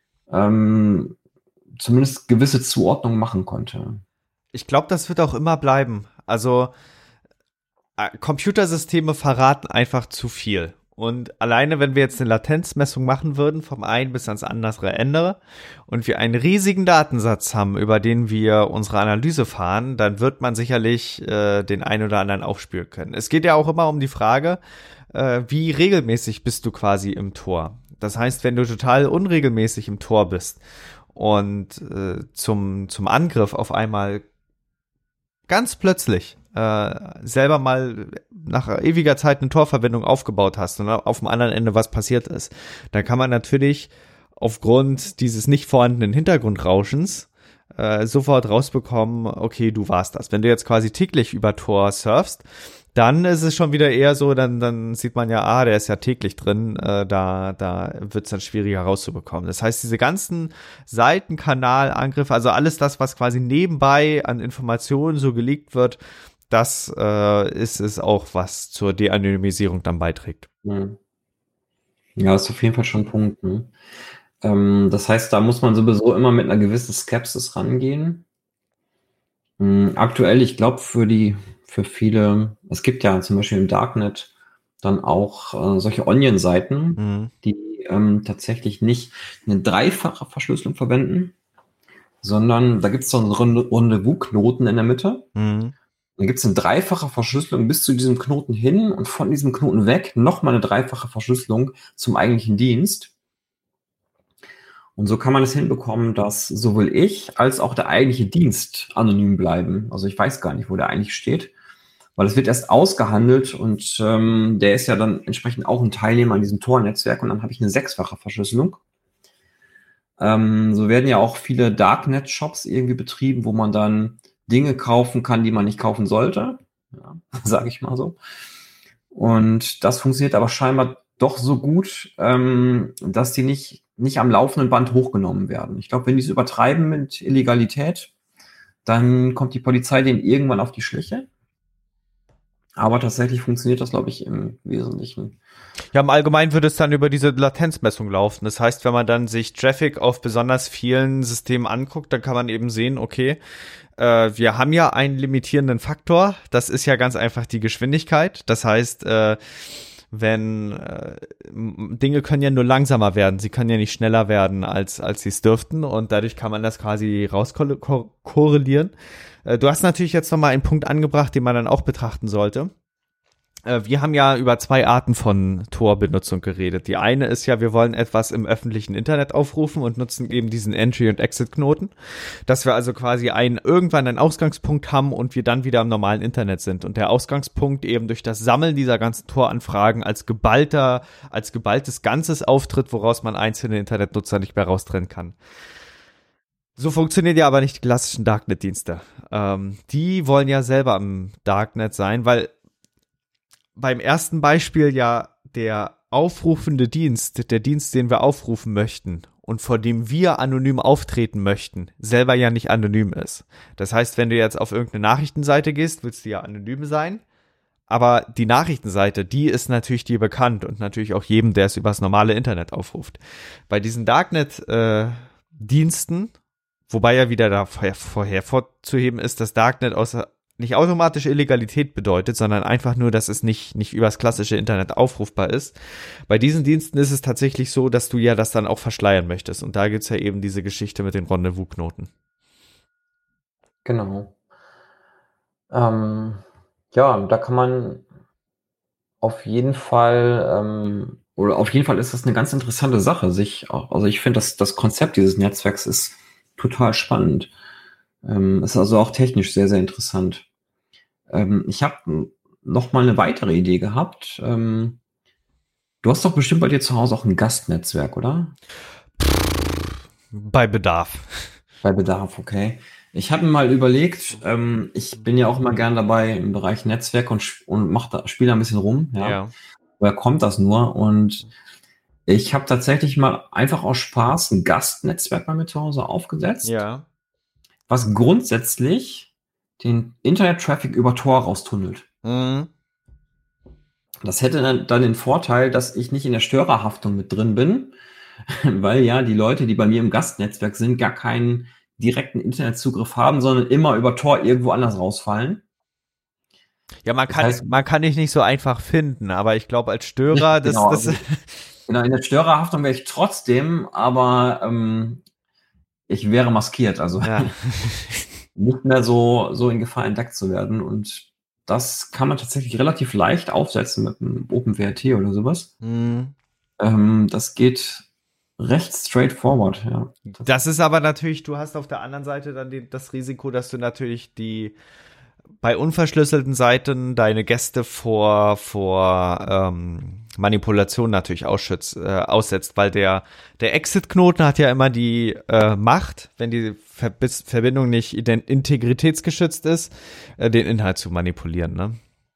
Speaker 2: zumindest gewisse Zuordnungen machen konnte.
Speaker 1: Ich glaube, das wird auch immer bleiben. Also Computersysteme verraten einfach zu viel. Und alleine, wenn wir jetzt eine Latenzmessung machen würden, vom einen bis ans andere Ende, und wir einen riesigen Datensatz haben, über den wir unsere Analyse fahren, dann wird man sicherlich den einen oder anderen aufspüren können. Es geht ja auch immer um die Frage, wie regelmäßig bist du quasi im Tor? Das heißt, wenn du total unregelmäßig im Tor bist und zum Angriff auf einmal ganz plötzlich selber mal nach ewiger Zeit eine Torverbindung aufgebaut hast und auf dem anderen Ende was passiert ist, dann kann man natürlich aufgrund dieses nicht vorhandenen Hintergrundrauschens sofort rausbekommen, okay, du warst das. Wenn du jetzt quasi täglich über Tor surfst, dann ist es schon wieder eher so, dann sieht man ja, der ist ja täglich drin, da wird es dann schwieriger rauszubekommen. Das heißt, diese ganzen Seitenkanalangriffe, also alles das, was quasi nebenbei an Informationen so geleakt wird, das ist es auch, was zur De-Anonymisierung dann beiträgt.
Speaker 2: Ja, das ist auf jeden Fall schon ein Punkt. Ne? Das heißt, da muss man sowieso immer mit einer gewissen Skepsis rangehen. Aktuell, ich glaube, für viele, es gibt ja zum Beispiel im Darknet dann auch solche Onion-Seiten, die tatsächlich nicht eine dreifache Verschlüsselung verwenden, sondern da gibt es so einen Rendezvous-Knoten in der Mitte. Dann gibt es eine dreifache Verschlüsselung bis zu diesem Knoten hin und von diesem Knoten weg nochmal eine dreifache Verschlüsselung zum eigentlichen Dienst. Und so kann man es hinbekommen, dass sowohl ich als auch der eigentliche Dienst anonym bleiben. Also ich weiß gar nicht, wo der eigentlich steht, weil es wird erst ausgehandelt und der ist ja dann entsprechend auch ein Teilnehmer an diesem Tor-Netzwerk und dann habe ich eine sechsfache Verschlüsselung. So werden ja auch viele Darknet-Shops irgendwie betrieben, wo man dann Dinge kaufen kann, die man nicht kaufen sollte, ja, sage ich mal so. Und das funktioniert aber scheinbar doch so gut, dass die nicht am laufenden Band hochgenommen werden. Ich glaube, wenn die es übertreiben mit Illegalität, dann kommt die Polizei denen irgendwann auf die Schliche. Aber tatsächlich funktioniert das, glaube ich, im Wesentlichen.
Speaker 1: Ja, im Allgemeinen würde es dann über diese Latenzmessung laufen. Das heißt, wenn man dann sich Traffic auf besonders vielen Systemen anguckt, dann kann man eben sehen, okay, wir haben ja einen limitierenden Faktor. Das ist ja ganz einfach die Geschwindigkeit. Das heißt, wenn Dinge können ja nur langsamer werden, sie können ja nicht schneller werden, als sie es dürften und dadurch kann man das quasi rauskorrelieren. Du hast natürlich jetzt nochmal einen Punkt angebracht, den man dann auch betrachten sollte. Wir haben ja über 2 Arten von Tor-Benutzung geredet. Die eine ist ja, wir wollen etwas im öffentlichen Internet aufrufen und nutzen eben diesen Entry- und Exit-Knoten, dass wir also quasi irgendwann einen Ausgangspunkt haben und wir dann wieder im normalen Internet sind. Und der Ausgangspunkt eben durch das Sammeln dieser ganzen Tor-Anfragen als geballtes Ganzes auftritt, woraus man einzelne Internetnutzer nicht mehr raustrennen kann. So funktionieren ja aber nicht die klassischen Darknet-Dienste. Die wollen ja selber im Darknet sein, weil beim ersten Beispiel ja der aufrufende Dienst, der Dienst, den wir aufrufen möchten und vor dem wir anonym auftreten möchten, selber ja nicht anonym ist. Das heißt, wenn du jetzt auf irgendeine Nachrichtenseite gehst, willst du ja anonym sein, aber die Nachrichtenseite, die ist natürlich dir bekannt und natürlich auch jedem, der es übers normale Internet aufruft. Bei diesen Darknet-Diensten, wobei ja wieder da vorzuheben ist, dass Darknet nicht automatisch Illegalität bedeutet, sondern einfach nur, dass es nicht übers klassische Internet aufrufbar ist. Bei diesen Diensten ist es tatsächlich so, dass du ja das dann auch verschleiern möchtest. Und da gibt's ja eben diese Geschichte mit den Rendezvous-Knoten.
Speaker 2: Genau. Ja, da kann man auf jeden Fall, oder auf jeden Fall ist das eine ganz interessante Sache. Also ich finde, das Konzept dieses Netzwerks ist total spannend. Ist also auch technisch sehr, sehr interessant. Ich habe noch mal eine weitere Idee gehabt. Du hast doch bestimmt bei dir zu Hause auch ein Gastnetzwerk, oder?
Speaker 1: Bei Bedarf.
Speaker 2: Bei Bedarf, okay. Ich habe mir mal überlegt, ich bin ja auch immer gern dabei im Bereich Netzwerk und spiele da ein bisschen rum. Ja. Woher kommt das nur? Und ich habe tatsächlich mal einfach aus Spaß ein Gastnetzwerk bei mir zu Hause aufgesetzt,
Speaker 1: Ja.
Speaker 2: was grundsätzlich den Internet-Traffic über Tor raustunnelt.
Speaker 1: Mhm.
Speaker 2: Das hätte dann den Vorteil, dass ich nicht in der Störerhaftung mit drin bin, weil ja die Leute, die bei mir im Gastnetzwerk sind, gar keinen direkten Internetzugriff haben, sondern immer über Tor irgendwo anders rausfallen.
Speaker 1: Ja, man kann dich nicht so einfach finden, aber ich glaube als Störer,
Speaker 2: genau, genau, in der Störerhaftung wäre ich trotzdem, aber ich wäre maskiert, also
Speaker 1: ja.
Speaker 2: nicht mehr so in Gefahr entdeckt zu werden. Und das kann man tatsächlich relativ leicht aufsetzen mit einem OpenWRT oder sowas.
Speaker 1: Mhm.
Speaker 2: Das geht recht straightforward, ja.
Speaker 1: Das ist aber natürlich, du hast auf der anderen Seite dann das Risiko, dass du natürlich bei unverschlüsselten Seiten deine Gäste vor Manipulation natürlich aussetzt, weil der Exit-Knoten hat ja immer die Macht, wenn die Verbindung nicht integritätsgeschützt ist, den Inhalt zu manipulieren, ne?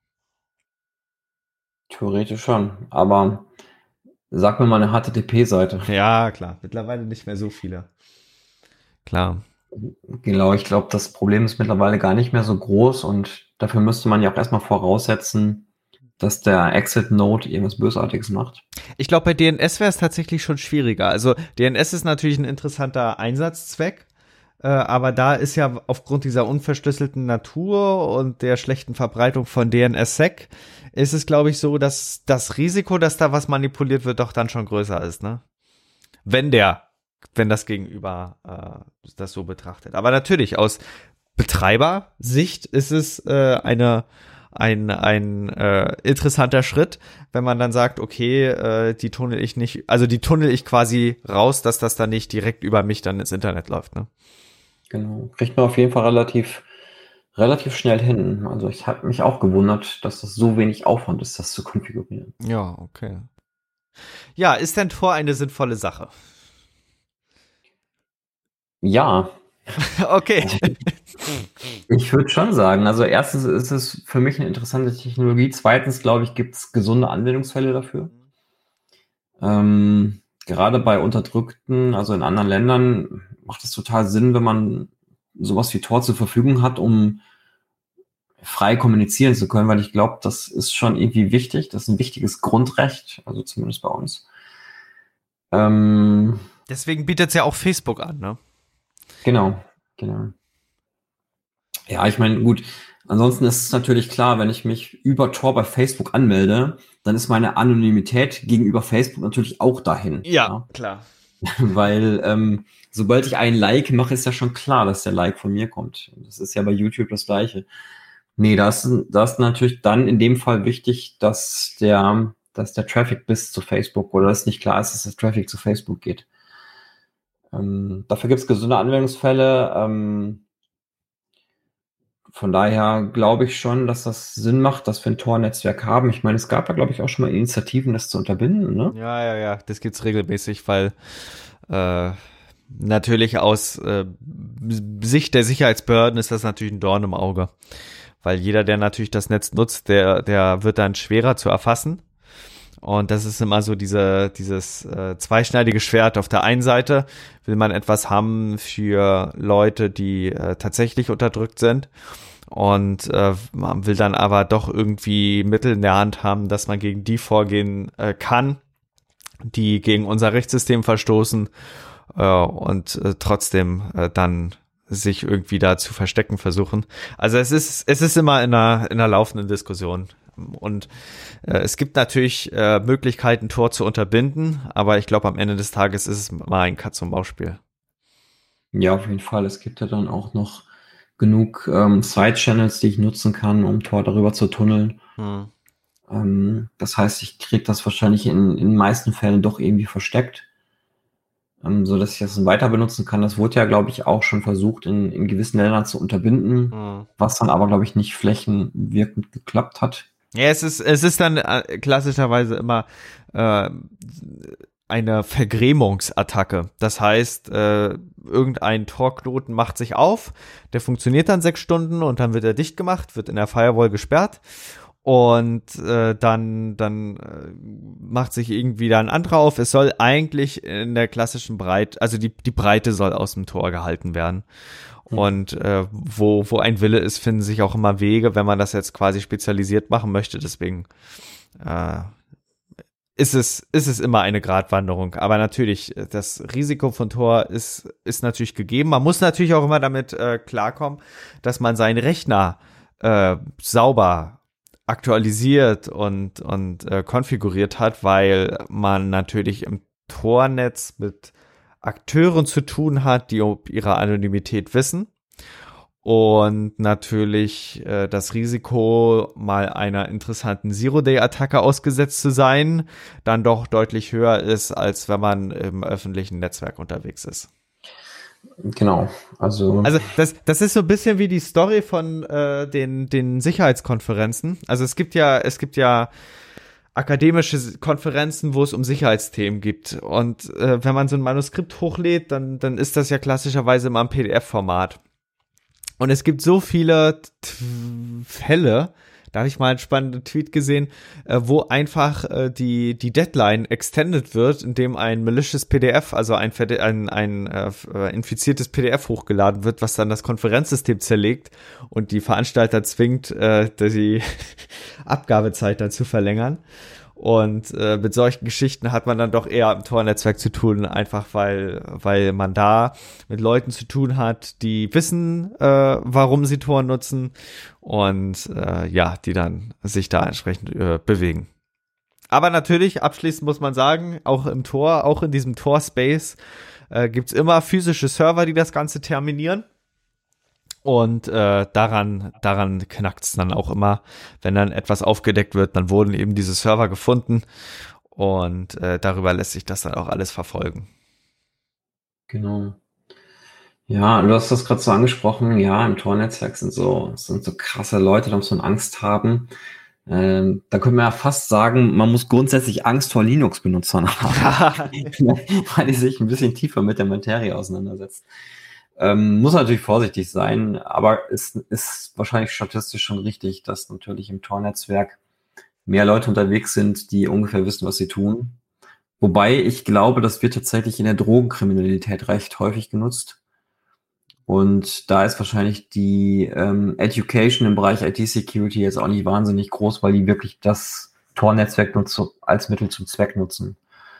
Speaker 2: Theoretisch schon, aber sag mir mal eine HTTP-Seite.
Speaker 1: Ja, klar. Mittlerweile nicht mehr so viele. Klar.
Speaker 2: Genau, ich glaube, das Problem ist mittlerweile gar nicht mehr so groß und dafür müsste man ja auch erstmal voraussetzen, dass der Exit-Node irgendwas Bösartiges macht.
Speaker 1: Ich glaube, bei DNS wäre es tatsächlich schon schwieriger. Also DNS ist natürlich ein interessanter Einsatzzweck, aber da ist ja aufgrund dieser unverschlüsselten Natur und der schlechten Verbreitung von DNSSEC ist es, glaube ich, so, dass das Risiko, dass da was manipuliert wird, doch dann schon größer ist, ne? Wenn das Gegenüber das so betrachtet. Aber natürlich, aus Betreibersicht ist es ein interessanter Schritt, wenn man dann sagt, okay, die tunnel ich quasi raus, dass das dann nicht direkt über mich dann ins Internet läuft, ne?
Speaker 2: Genau, kriegt man auf jeden Fall relativ schnell hin. Also ich habe mich auch gewundert, dass das so wenig Aufwand ist, das zu konfigurieren.
Speaker 1: Ja, okay. Ja, ist denn Tor eine sinnvolle Sache?
Speaker 2: Ja.
Speaker 1: Okay.
Speaker 2: Ich würde schon sagen, also erstens ist es für mich eine interessante Technologie. Zweitens, glaube ich, gibt es gesunde Anwendungsfälle dafür. Gerade bei Unterdrückten, also in anderen Ländern, macht es total Sinn, wenn man sowas wie Tor zur Verfügung hat, um frei kommunizieren zu können, weil ich glaube, das ist schon irgendwie wichtig. Das ist ein wichtiges Grundrecht, also zumindest bei uns.
Speaker 1: Deswegen bietet es ja auch Facebook an, ne?
Speaker 2: Genau. Ja, ich meine, gut, ansonsten ist es natürlich klar, wenn ich mich über Tor bei Facebook anmelde, dann ist meine Anonymität gegenüber Facebook natürlich auch dahin.
Speaker 1: Ja, klar.
Speaker 2: Weil sobald ich einen Like mache, ist ja schon klar, dass der Like von mir kommt. Das ist ja bei YouTube das Gleiche. Nee, das ist natürlich dann in dem Fall wichtig, dass der Traffic bis zu Facebook oder dass nicht klar ist, dass der Traffic zu Facebook geht. Dafür gibt es gesunde Anwendungsfälle. Von daher glaube ich schon, dass das Sinn macht, dass wir ein Tor-Netzwerk haben. Ich meine, es gab ja, glaube ich, auch schon mal Initiativen, das zu unterbinden, ne?
Speaker 1: Ja, das gibt's regelmäßig, weil äh, natürlich aus Sicht der Sicherheitsbehörden ist das natürlich ein Dorn im Auge. Weil jeder, der natürlich das Netz nutzt, der wird dann schwerer zu erfassen. Und das ist immer so dieses zweischneidige Schwert. Auf der einen Seite will man etwas haben für Leute, die tatsächlich unterdrückt sind. Und man will dann aber doch irgendwie Mittel in der Hand haben, dass man gegen die vorgehen kann, die gegen unser Rechtssystem verstoßen und trotzdem dann sich irgendwie da zu verstecken versuchen. Also es ist immer in einer laufenden Diskussion. Und es gibt natürlich Möglichkeiten, Tor zu unterbinden, aber ich glaube, am Ende des Tages ist es mal ein Katz-und-Maus-Spiel.
Speaker 2: Ja, auf jeden Fall. Es gibt ja dann auch noch genug Side-Channels, die ich nutzen kann, um Tor darüber zu tunneln. Das heißt, ich kriege das wahrscheinlich in den meisten Fällen doch irgendwie versteckt, so dass ich das dann weiter benutzen kann. Das wurde ja, glaube ich, auch schon versucht, in gewissen Ländern zu unterbinden, was dann aber, glaube ich, nicht flächenwirkend geklappt hat.
Speaker 1: Ja, es ist dann klassischerweise immer eine Vergrämungsattacke. Das heißt, irgendein Torknoten macht sich auf, der funktioniert dann 6 Stunden und dann wird er dicht gemacht, wird in der Firewall gesperrt und dann macht sich irgendwie da ein anderer auf. Es soll eigentlich in der klassischen Breite, also die Breite soll aus dem Tor gehalten werden. Und wo ein Wille ist, finden sich auch immer Wege, wenn man das jetzt quasi spezialisiert machen möchte. Deswegen ist es immer eine Gratwanderung. Aber natürlich, das Risiko von Tor ist natürlich gegeben. Man muss natürlich auch immer damit klarkommen, dass man seinen Rechner sauber aktualisiert und konfiguriert hat, weil man natürlich im Tornetz mit Akteuren zu tun hat, die um ihre Anonymität wissen und natürlich das Risiko, mal einer interessanten Zero-Day-Attacke ausgesetzt zu sein, dann doch deutlich höher ist, als wenn man im öffentlichen Netzwerk unterwegs ist.
Speaker 2: Genau, also
Speaker 1: das ist so ein bisschen wie die Story von den Sicherheitskonferenzen. Also es gibt ja akademische Konferenzen, wo es um Sicherheitsthemen gibt. Und wenn man so ein Manuskript hochlädt, dann ist das ja klassischerweise immer im PDF-Format. Und es gibt so viele Fälle, da habe ich mal einen spannenden Tweet gesehen, wo einfach die Deadline extended wird, indem ein malicious PDF, also ein infiziertes PDF hochgeladen wird, was dann das Konferenzsystem zerlegt und die Veranstalter zwingt, die Abgabezeit dann zu verlängern. Und mit solchen Geschichten hat man dann doch eher im Tor-Netzwerk zu tun, einfach weil man da mit Leuten zu tun hat, die wissen, warum sie Tor nutzen und die dann sich da entsprechend bewegen. Aber natürlich, abschließend muss man sagen, auch im Tor, auch in diesem Tor-Space gibt's immer physische Server, die das Ganze terminieren. Und daran knackt's dann auch immer, wenn dann etwas aufgedeckt wird, dann wurden eben diese Server gefunden und darüber lässt sich das dann auch alles verfolgen.
Speaker 2: Genau. Ja, du hast das gerade so angesprochen, ja, im Tor-Netzwerk sind so krasse Leute, da muss man Angst haben. Da können wir ja fast sagen, man muss grundsätzlich Angst vor Linux-Benutzern haben, weil die sich ein bisschen tiefer mit der Materie auseinandersetzt. Muss natürlich vorsichtig sein, aber es ist wahrscheinlich statistisch schon richtig, dass natürlich im Tor-Netzwerk mehr Leute unterwegs sind, die ungefähr wissen, was sie tun. Wobei ich glaube, das wird tatsächlich in der Drogenkriminalität recht häufig genutzt. Und da ist wahrscheinlich die Education im Bereich IT-Security jetzt auch nicht wahnsinnig groß, weil die wirklich das Tor-Netzwerk als Mittel zum Zweck nutzen.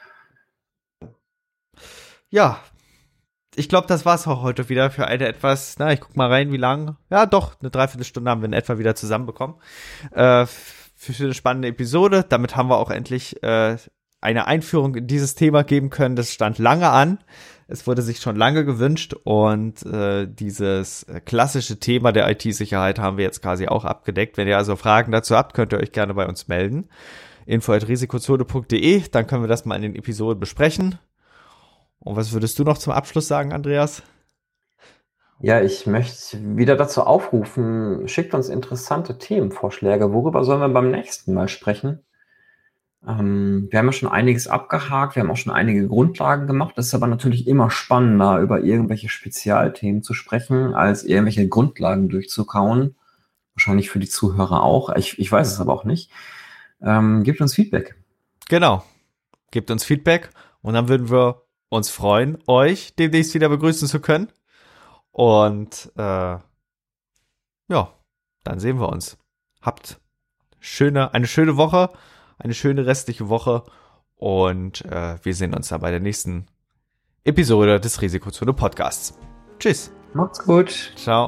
Speaker 1: Ja, ich glaube, das war's auch heute wieder für eine etwas, ich guck mal rein, wie lang. Ja, doch, eine Dreiviertelstunde haben wir in etwa wieder zusammenbekommen. Für eine spannende Episode. Damit haben wir auch endlich eine Einführung in dieses Thema geben können. Das stand lange an. Es wurde sich schon lange gewünscht und dieses klassische Thema der IT-Sicherheit haben wir jetzt quasi auch abgedeckt. Wenn ihr also Fragen dazu habt, könnt ihr euch gerne bei uns melden. info@risikozone.de, dann können wir das mal in den Episoden besprechen. Und was würdest du noch zum Abschluss sagen, Andreas?
Speaker 2: Ja, ich möchte wieder dazu aufrufen, schickt uns interessante Themenvorschläge. Worüber sollen wir beim nächsten Mal sprechen? Wir haben ja schon einiges abgehakt, wir haben auch schon einige Grundlagen gemacht. Es ist aber natürlich immer spannender, über irgendwelche Spezialthemen zu sprechen, als irgendwelche Grundlagen durchzukauen. Wahrscheinlich für die Zuhörer auch. Ich weiß es aber auch nicht. Gebt uns Feedback.
Speaker 1: Genau. Gebt uns Feedback und dann würden wir uns freuen, euch demnächst wieder begrüßen zu können. Und ja, dann sehen wir uns. Habt eine schöne Woche, eine schöne restliche Woche und wir sehen uns dann bei der nächsten Episode des Risikozone Podcasts. Tschüss.
Speaker 2: Macht's gut.
Speaker 1: Ciao.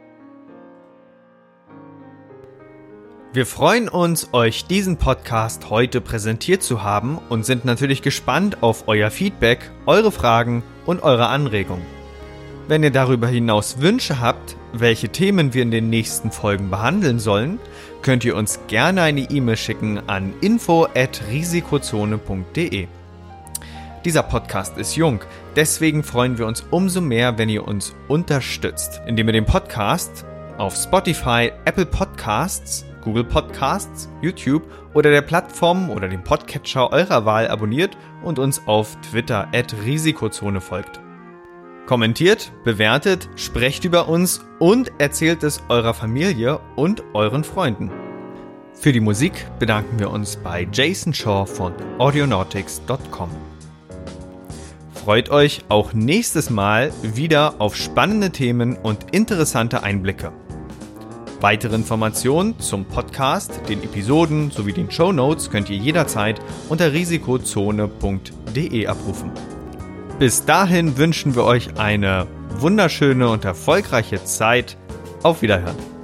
Speaker 1: Wir freuen uns, euch diesen Podcast heute präsentiert zu haben und sind natürlich gespannt auf euer Feedback, eure Fragen und eure Anregungen. Wenn ihr darüber hinaus Wünsche habt, welche Themen wir in den nächsten Folgen behandeln sollen, könnt ihr uns gerne eine E-Mail schicken an info@risikozone.de. Dieser Podcast ist jung, deswegen freuen wir uns umso mehr, wenn ihr uns unterstützt, indem ihr den Podcast auf Spotify, Apple Podcasts, Google Podcasts, YouTube oder der Plattform oder dem Podcatcher eurer Wahl abonniert und uns auf Twitter @Risikozone folgt. Kommentiert, bewertet, sprecht über uns und erzählt es eurer Familie und euren Freunden. Für die Musik bedanken wir uns bei Jason Shaw von audionautics.com. Freut euch auch nächstes Mal wieder auf spannende Themen und interessante Einblicke. Weitere Informationen zum Podcast, den Episoden sowie den Shownotes könnt ihr jederzeit unter risikozone.de abrufen. Bis dahin wünschen wir euch eine wunderschöne und erfolgreiche Zeit. Auf Wiederhören.